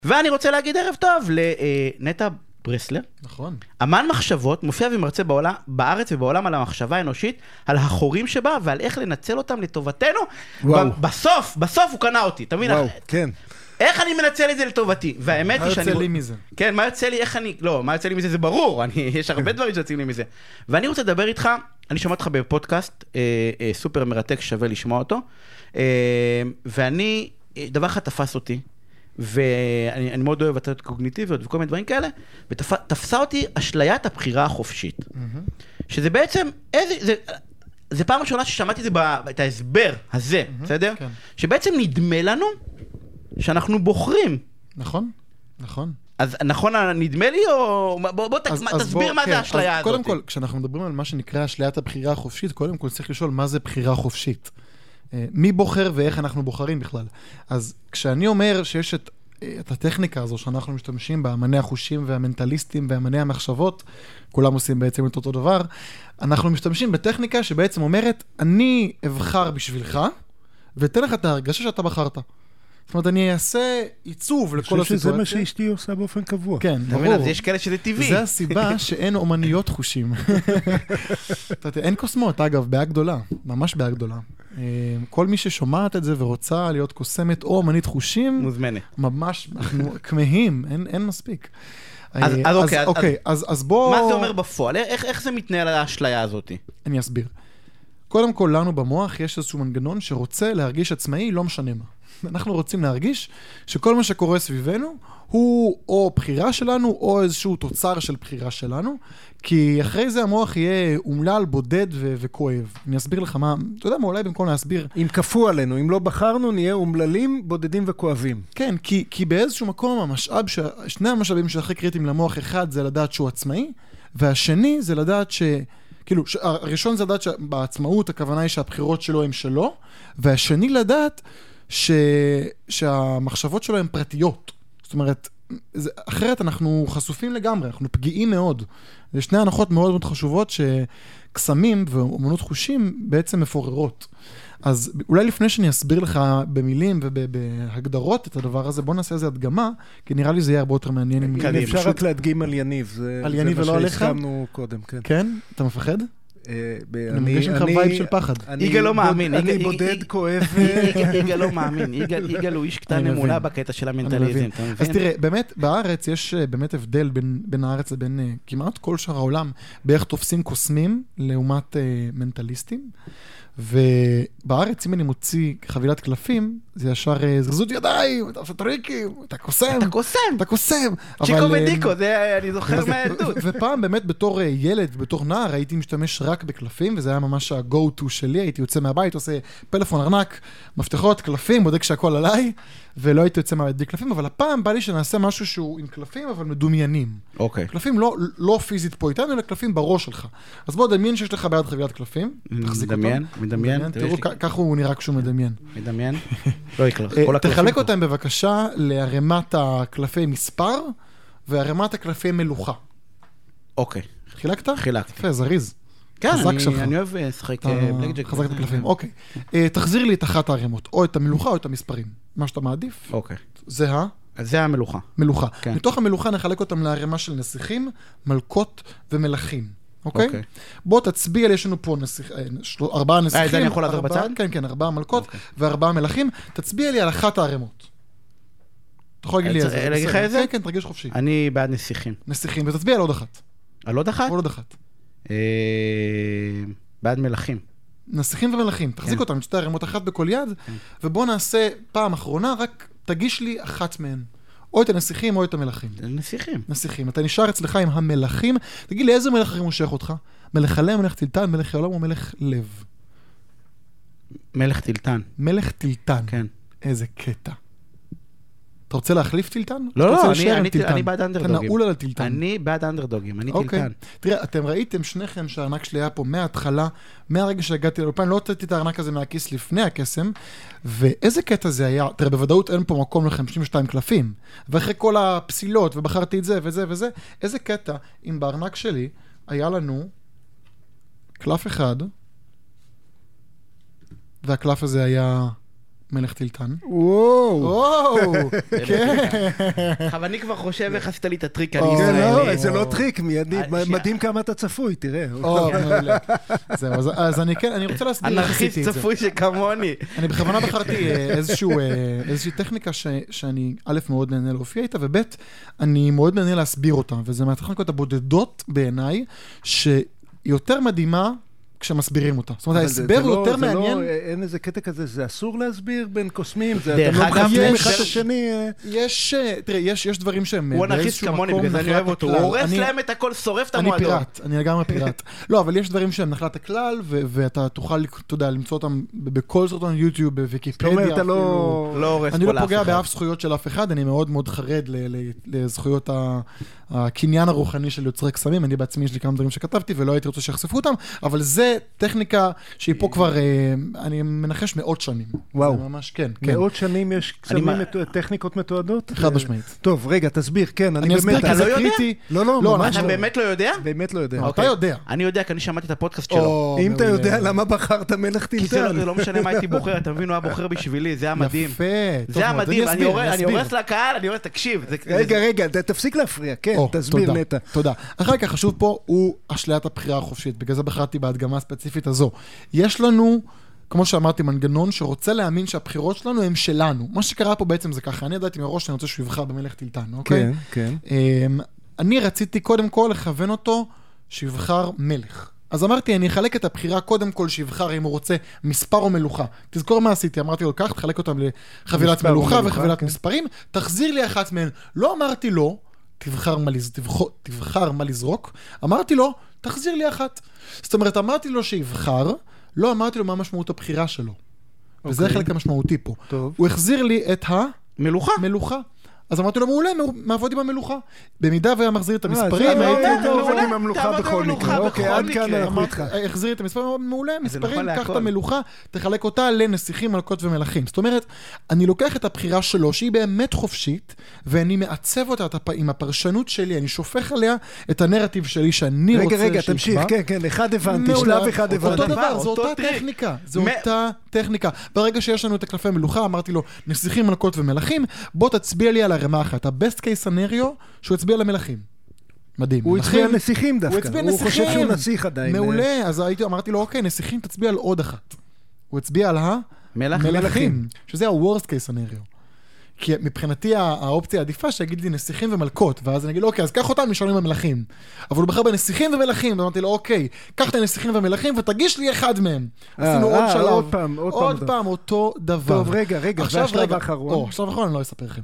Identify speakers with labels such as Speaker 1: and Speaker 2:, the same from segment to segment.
Speaker 1: ואני רוצה להגיד ערב טוב לנטע ברסלר.
Speaker 2: נכון.
Speaker 1: אמן מחשבות, מופיע ומרצה בארץ ובעולם על המחשבה האנושית, על החורים שבה ועל איך לנצל אותם לטובתנו. בסוף הוא קנה אותי, אתה מבין?
Speaker 3: וואו, כן.
Speaker 1: איך אני מנצל את זה לטובתי? והאמת היא שאני...
Speaker 2: מה יוצא לי מזה?
Speaker 1: כן, מה יוצא לי, איך אני... לא, מה יוצא לי מזה זה ברור, יש הרבה דברים שיוצאים לי מזה. ואני רוצה לדבר איתך, אני שומע אותך בפודקאסט, סופר מרתק, שווה לשמוע אותו, ואני, דבר אחד תפס אותי, ואני מאוד אוהב הצעות קוגניטיביות וכל מיני דברים כאלה, ותפסה אותי אשליית הבחירה החופשית. שזה בעצם, זה פעם ראשונה ששמעתי את ההסבר הזה, בסדר? שבעצם נדמה לנו שאנחנו בוחרים.
Speaker 2: נכון, נכון.
Speaker 1: אז נכון נדמה לי, או בוא תסביר מה זה האשליה הזאת.
Speaker 2: קודם כל, כשאנחנו מדברים על מה שנקרא אשליית הבחירה החופשית, קודם כל צריך לשאול מה זה בחירה חופשית. מי בוחר ואיך אנחנו בוחרים בכלל. אז כשאני אומר שיש את הטכניקה הזו שאנחנו משתמשים בה, אמני החושים והמנטליסטים ואמני המחשבות, כולם עושים בעצם את אותו דבר, אנחנו משתמשים בטכניקה שבעצם אומרת, אני אבחר בשבילך, ותן לך את ההרגשה שאתה בחרת. זאת אומרת, אני אעשה עיצוב לכל הסיטואציה.
Speaker 3: אני חושב שזה מה שאשתי עושה באופן קבוע.
Speaker 2: כן,
Speaker 1: ברור. אז יש כאלה שזה טבעי.
Speaker 2: זה הסיבה שאין אומניות חושים. אין קוסמות, אגב, בעיה גדולה, ממש בעיה גדולה. כל מי ששומעת את זה ורוצה להיות קוסמת או אומנית חושים,
Speaker 1: מוזמנת.
Speaker 2: ממש, אנחנו כמהים, אין מספיק.
Speaker 1: אז אוקיי,
Speaker 2: אז בוא...
Speaker 1: מה זה אומר בפועל? איך זה מתנהל על האשליה הזאת?
Speaker 2: אני אסביר. קודם כל, לנו במוח יש איזשהו מנגנון שרוצה להרגיש עצמאי, לא משנה מה. אנחנו רוצים להרגיש שכל מה שקורה סביבנו הוא או בחירה שלנו או איזשהו תוצר של בחירה שלנו, כי אחרי זה המוח יהיה אומלל, בודד וכואב. אני אסביר לך מה, אתה יודע מה, אולי במקום להסביר.
Speaker 3: אם כפו עלינו, אם לא בחרנו, נהיה אומללים, בודדים וכואבים.
Speaker 2: כן, כי באיזשהו מקום שני המשאבים שהכי קריטיים למוח, אחד זה לדעת שהוא עצמאי, והשני זה לדעת כאילו, הראשון זה לדעת שבעצמאות הכוונה היא שהבחירות שלו הם שלו, והשני לדעת שהמחשבות שלו הן פרטיות. זאת אומרת, אחרת אנחנו חשופים לגמרי, אנחנו פגיעים מאוד. יש שני הנחות מאוד מאוד חשובות שקסמים ואומנות חושים בעצם מפוררות. אז אולי לפני שאני אסביר לך במילים ובהגדרות את הדבר הזה, בוא נעשה איזה הדגמה, כי נראה לי זה יהיה הרבה יותר מעניין.
Speaker 3: אם אפשר רק להדגים על יניב.
Speaker 2: על יניב ולא עליך?
Speaker 3: זה מה שהסכמנו קודם, כן.
Speaker 2: כן? אתה מפחד? אני מרגיש לך וייב של פחד.
Speaker 1: יגאל לא מאמין.
Speaker 3: אני בודד, כואב.
Speaker 1: יגאל לא מאמין. יגאל הוא איש קטן אמונה בקטע של המנטליזם.
Speaker 2: אז תראה, באמת, בארץ יש באמת הבדל בין הארץ לבין כמעט כל שאר העולם, באיך תופסים קוסמים לעומת מנטליסטים. ובארץ, אם אני מוציא חבילת קלפים, זה ישר זרזות ידיים, אתה עושה טריקים, אתה קוסם.
Speaker 1: אתה קוסם.
Speaker 2: צ'יקו
Speaker 1: ודיקו, זה אני זוכר מהילדות.
Speaker 2: ופעם באמת בתור ילד, בתור נער, הייתי משתמש רק בקלפים, וזה היה ממש ה-go-to שלי, הייתי יוצא מהבית, עושה פלאפון ארנק, מפתחות, קלפים, בודק שהכל עליי, ולא הייתי יוצא מהבית בלי קלפים, אבל הפעם בא לי שנעשה משהו שהוא עם קלפים, אבל מדומיינים.
Speaker 1: אוקיי.
Speaker 2: קלפים לא פיזית פה איתנו, אלא קלפים בראש שלך. אז בוא, דמיין שיש לך ביד חבילת קלפים, תחזיק אותם.
Speaker 1: מדמיין.
Speaker 2: תראו, ככה הוא נראה כשהוא מדמיין.
Speaker 1: מדמיין. לא יקלח.
Speaker 2: תחלק אותם בבקשה להרמת הקלפי מספר, והרמת הקלפי מלוכה.
Speaker 1: אוקיי.
Speaker 2: חילקת?
Speaker 1: חילקתי.
Speaker 2: יפה, זריז.
Speaker 1: כן, אני אוהב לשחק בלקג'ק.
Speaker 2: חזק את הקלפים, אוקיי. תחזיר לי את אחת הרמות, או את המלוכה או את המספרים. מה שאתה מעדיף.
Speaker 1: אוקיי.
Speaker 2: זה
Speaker 1: המלוכה.
Speaker 2: מלוכה. מתוך המלוכה נחלק אותם להרמה של נסיכים, מלכות ומלכים. אוקיי? בוא תצביע, יש לנו פה 4 נסיכים.
Speaker 1: זה אני יכול לעזור בצד?
Speaker 2: כן, 4 מלכות ו4 מלכים. תצביע לי על אחת הרמות. אתה יכול להגיד לי איזה? כן, תרגיש חופשי.
Speaker 1: אני בעד נסיכים.
Speaker 2: נסיכים, ותצביע על עוד אחת.
Speaker 1: על עוד אחת?
Speaker 2: על עוד אחת.
Speaker 1: בעד מלכים.
Speaker 2: נסיכים ומלכים. תחזיק אותם, שתי הרמות אחת בכל יד, ובוא נעשה פעם אחרונה, רק תגיש לי אחת מהן. או את הנסיכים או את המלכים. נסיכים. אתה נשאר אצלך עם המלכים. תגיד לי, איזה מלך הכי מושך אותך? מלך עלה, מלך טילטן, מלך העולם או מלך לב?
Speaker 1: מלך טילטן.
Speaker 2: מלך טילטן.
Speaker 1: כן.
Speaker 2: איזה קטע. אתה רוצה להחליף טילטן?
Speaker 1: לא, אני בעד אנדרדוגים.
Speaker 2: אתה נעול על הטילטן.
Speaker 1: אני בעד אנדרדוגים, אני טילטן.
Speaker 2: תראה, אתם ראיתם שניכם שהארנק שלי היה פה מההתחלה, מהרגע שהגעתי לאולפן, לא הוצאתי את הארנק הזה מהכיס לפני הקסם, ואיזה קטע זה היה? תראה, בוודאות אין פה מקום ל52 קלפים, ואחרי כל הפסילות, ובחרתי את זה וזה וזה, איזה קטע, אם בארנק שלי היה לנו קלף אחד, והקלף הזה היה מלך טילטן.
Speaker 3: וואו.
Speaker 2: כן.
Speaker 1: אבל אני כבר חושב איך עשית לי את הטריק
Speaker 3: לא,
Speaker 1: הישראלי.
Speaker 3: זה לא טריק, מדהים כמה אתה צפוי, תראה.
Speaker 2: מעולה. זהו, אז אני רוצה להסביר איך עשיתי
Speaker 1: אנרכיסט
Speaker 2: את זה.
Speaker 1: צפוי שכמוני.
Speaker 2: אני בכוונה בחרתי איזושהי טכניקה שאני א' מאוד נהנה להופיע איתה, וב' אני מאוד נהנה להסביר אותה, וזה מהטכניקות הבודדות בעיניי, שיותר מדהימה כשמסבירים אותה. זאת אומרת, ההסבר הוא יותר מעניין.
Speaker 3: אין איזה קטע כזה, זה אסור להסביר בין קוסמים,
Speaker 1: דרך
Speaker 3: אתם לא
Speaker 1: אגב,
Speaker 3: מחפשים אחד השני.
Speaker 2: תראה, יש דברים שהם
Speaker 1: הוא אנרכיסט כמוני, בגלל זה אני אוהב אותו. הוא הורס להם את הכל, שורף את המועדון.
Speaker 2: אני פיראט, אני לגמרי פיראט. לא, אבל יש דברים שהם נחלת הכלל, ואתה תוכל, אתה יודע, למצוא אותם בכל סרטון יוטיוב, בוויקיפדיה.
Speaker 3: אתה לא
Speaker 1: הורס
Speaker 2: אני
Speaker 1: פה
Speaker 2: לא
Speaker 1: לאף
Speaker 2: פוגע
Speaker 1: אחד.
Speaker 2: באף זכויות של אף אחד, אני מאוד מאוד חרד לזכויות הקניין הרוחני של יוצרי קסמים. אני בעצמי יש לי כמה דברים שכתבתי ולא הייתי רוצה שיחשפו אותם, אבל זה טכניקה שהיא פה כבר, אני מנחש מאות שנים.
Speaker 3: וואו.
Speaker 2: זה ממש, כן.
Speaker 3: מאות שנים יש קסמים, טכניקות מתועדות?
Speaker 2: חד משמעית.
Speaker 3: טוב, רגע, תסביר, כן,
Speaker 2: אני אסביר
Speaker 3: באמת...
Speaker 2: כי זה
Speaker 1: לא יודע?
Speaker 2: קריטי.
Speaker 3: לא, ממש
Speaker 1: אתה
Speaker 3: לא.
Speaker 1: באמת לא יודע?
Speaker 3: באמת לא יודע.
Speaker 2: אתה יודע.
Speaker 1: אני יודע, כי אני שמעתי את הפודקאסט שלו.
Speaker 3: אם אתה יודע למה בחרת מלך
Speaker 1: כי
Speaker 3: טילטן.
Speaker 1: זה לא משנה מה הייתי בוחר, אתה מבין, הוא היה בוחר בשבילי, זה היה מדהים.
Speaker 2: יפה.
Speaker 1: זה היה מדהים, אני הורס לקהל, אני הורס, תקשיב.
Speaker 3: רגע, תפסיק להפריע, כן, תסביר נטע.
Speaker 2: תודה. אחר כך חשוב פה הוא אשליית הבחירה החופשית, בגלל זה בחרתי בהדגמה הספציפית הזו. יש לנו, כמו שאמרתי, מנגנון שרוצה להאמין שהבחירות שלנו הם שלנו. מה שקרה פה בעצם זה ככה, אני ידעתי מראש שאני רוצה שהוא יבחר במלך טילטן, אוקיי?
Speaker 3: כן.
Speaker 2: אני רציתי קודם כל לכוון אותו שיבחר מלך. אז אמרתי, אני אחלק את הבחירה קודם כל שיבחר אם הוא רוצה מספר או מלוכה. תזכור מה עשיתי, אמרתי לו, כך, תחלק אותם לחבילת מלוכה וחבילת מספרים, תחזיר לי אחת מהן. לא אמרתי לו, תבחר מה לזרוק, אמרתי לו, תחזיר לי אחת. זאת אומרת, אמרתי לו שיבחר, לא אמרתי לו מה משמעות הבחירה שלו. וזה החלק המשמעותי פה. הוא החזיר לי את המלוכה. אז אמרתי לו, מעולה, מעבוד עם המלוכה. במידה והיה מחזיר את המספרים,
Speaker 3: הייתי עובד עם המלוכה בכל מקרה. אוקיי, עד כאן אנחנו איתך.
Speaker 2: החזיר את המספרים, מעולה, מספרים, קח את המלוכה, תחלק אותה לנסיכים, מלכות ומלכים. זאת אומרת, אני לוקח את הבחירה שלו, שהיא באמת חופשית, ואני מעצב אותה עם הפרשנות שלי, אני שופך עליה את הנרטיב שלי שאני רוצה שיקבע.
Speaker 3: רגע, תמשיך, כן, אחד הבנתי, שלב אחד הבנתי.
Speaker 2: אותו דבר, זו אותה טכניקה. זו אותה טכניקה. ברגע שיש לנו את הקלפי מלוכה, אמרתי לו, נסיכים, מלכות ומלכים, בוא תצביע לי על הרמה אחת. ה-best case scenario שהוא הצביע למלכים. מדהים.
Speaker 3: הוא הצביע נסיכים דווקא.
Speaker 2: הוא הצביע נסיכים.
Speaker 3: הוא חושב שהוא נסיך עדיין.
Speaker 2: מעולה. אז אמרתי לו, אוקיי, נסיכים תצביע על עוד אחת. הוא הצביע על המלכים. שזה ה-worst case scenario. כי מבחינתי האופציה העדיפה שיגיד לי נסיכים ומלכות, ואז אני אגיד לו, אוקיי, אז קח אותם נשארים במלכים. אבל הוא בחר בנסיכים ומלכים, ואמרתי לו, אוקיי, קח את הנסיכים ומלכים ותגיש לי אחד מהם. עשינו עוד שלב. עוד פעם, אותו דבר.
Speaker 3: טוב, רגע, והשלב האחרון.
Speaker 2: השלב האחרון אני לא אספר לכם.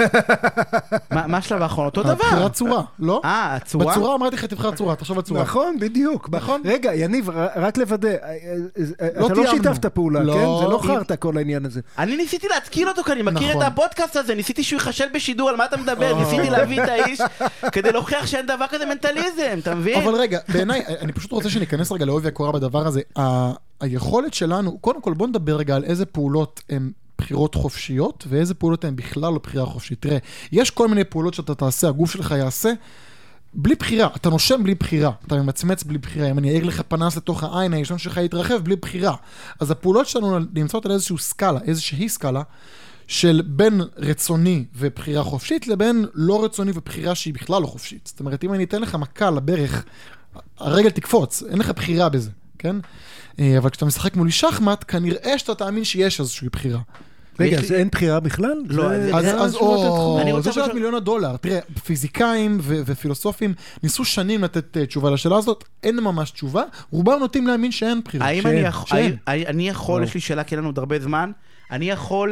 Speaker 1: מה השלב האחרון? אותו דבר.
Speaker 2: הבחירת צורה, לא?
Speaker 1: הצורה?
Speaker 2: בצורה אמרתי לך, תבחר צורה, תחשוב על צורה.
Speaker 3: נכון, בדיוק.
Speaker 2: נכון.
Speaker 3: רגע, יניב, רק לוודא, אתה לא שיתפת פעולה, כן? זה לא חרת כל העניין הזה.
Speaker 1: אני ניסיתי להתקיל אותו, כי אני מכיר את הפודקאסט הזה, ניסיתי שהוא יחשל בשידור, על מה אתה מדבר? ניסיתי להביא את האיש, כדי להוכיח שאין דבר כזה מנטליזם, אתה מבין?
Speaker 2: אבל רגע, בעיניי, אני פשוט רוצה שניכנס רגע לעובי הקורה בדבר הזה. היכולת שלנו, קודם כל בוא נדבר רגע על איזה פעולות הן בחירות חופשיות, ואיזה פעולות הן בכלל לא בחירה חופשית. תראה, יש כל מיני פעולות שאתה תעשה, הגוף שלך יעשה, בלי בחירה, אתה נושם בלי בחירה, אתה ממצמץ בלי בחירה, אם אני אעיר לך פנס לתוך העין, הישון שלך יתרחב בלי בחירה. אז הפעולות שלנו נמצאות על איזושהי סקאלה, של בין רצוני ובחירה חופשית, לבין לא רצוני ובחירה שהיא בכלל לא חופשית. זאת אומרת, אם אני אתן לך מכה לברך, הרגל תקפוץ, אין לך בחירה בזה, כן? אבל כשאתה משחק מולי שחמט, כנראה שאתה תאמין שיש איזושהי בחירה.
Speaker 3: רגע, אז אין בחירה בכלל?
Speaker 1: לא,
Speaker 2: זה שאלת $1,000,000. תראה, פיזיקאים ופילוסופים ניסו שנים לתת תשובה לשאלה הזאת, אין ממש תשובה, רובם נוטים להאמין שאין בחירה.
Speaker 1: האם אני יכול, יש לי שאלה כי אין לנו עוד הרבה זמן, אני יכול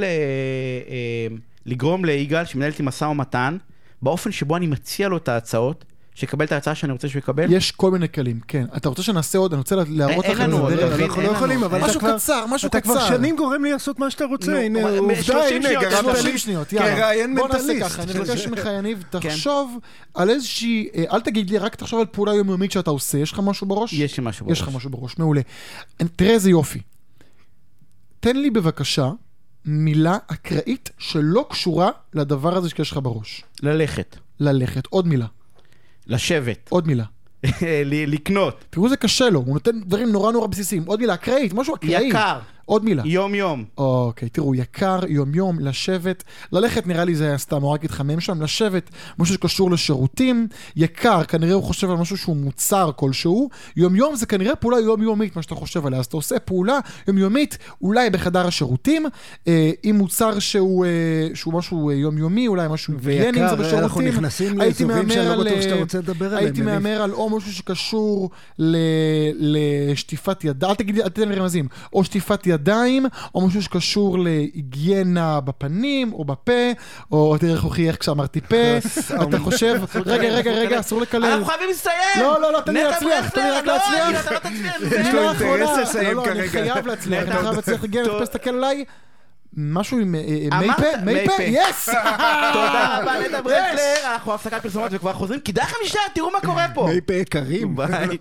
Speaker 1: לגרום ליגאל שמנהל איתי משא ומתן, באופן שבו אני מציע לו את ההצעות, שיקבל את ההצעה שאני רוצה שהוא יקבל?
Speaker 2: יש כל מיני כלים, כן. אתה רוצה שנעשה עוד, אני רוצה להראות לכם את זה.
Speaker 3: אנחנו לא יכולים, אבל
Speaker 2: משהו קצר.
Speaker 3: אתה כבר שנים גורם לי לעשות מה שאתה רוצה. הנה, עובדה, הנה, גרמת לי
Speaker 2: 30 שניות, יאללה.
Speaker 3: כראיין
Speaker 2: בוא נעשה
Speaker 3: מנטליסט.
Speaker 2: ככה, אני מבקש ממך יניב, תחשוב על איזושהי, אל תגיד לי, רק תחשוב על פעולה יומיומית שאתה עושה. יש לך משהו בראש?
Speaker 1: יש לי משהו בראש.
Speaker 2: יש לך משהו בראש, מעולה. תראה איזה יופי. תן לי בבקשה מילה אקראית שלא קשורה לדבר הזה שיש לך בראש. ללכת. עוד מילה.
Speaker 1: לשבת.
Speaker 2: עוד מילה.
Speaker 1: לקנות.
Speaker 2: תראו זה קשה לו, הוא נותן דברים נורא בסיסיים. עוד מילה אקראית, משהו אקראי.
Speaker 1: יקר.
Speaker 2: עוד מילה.
Speaker 1: יום.
Speaker 2: אוקיי, תראו, יקר, יום, לשבת, ללכת נראה לי זה היה סתם, הוא רק התחמם שם, לשבת, משהו שקשור לשירותים, יקר, כנראה הוא חושב על משהו שהוא מוצר כלשהו, יום זה כנראה פעולה יומיומית, מה שאתה חושב עליה, אז אתה עושה פעולה יומיומית, אולי בחדר השירותים, עם מוצר שהוא משהו יומיומי, אולי משהו
Speaker 3: ויקר, אנחנו נכנסים לאזורים שאני לא בטוח שאתה רוצה לדבר עליהם.
Speaker 2: הייתי מאמר על או משהו שקשור לשטיפת ידיים, אל תתן לי רמזים, או שטיפת ידיים, או משהו שקשור להיגיינה בפנים, או בפה, או תראה איך כשאמרתי פה, אתה חושב, רגע, אסור לקלל.
Speaker 1: אנחנו חייבים לסיים!
Speaker 2: לא, תן לי להצליח, תן לי רק להצליח.
Speaker 1: אתה לא תצליח.
Speaker 3: יש לו אינטרס לסיים כרגע.
Speaker 2: אני חייב להצליח, להגיע, אני מחפש להסתכל עליי, משהו עם מייפה, יס!
Speaker 1: תודה רבה נטע ברסלר, אנחנו הפסקת פרסומות וכבר חוזרים, כדאי לכם לשאר, תראו מה קורה פה.
Speaker 3: מייפה יקרים.
Speaker 1: ביי.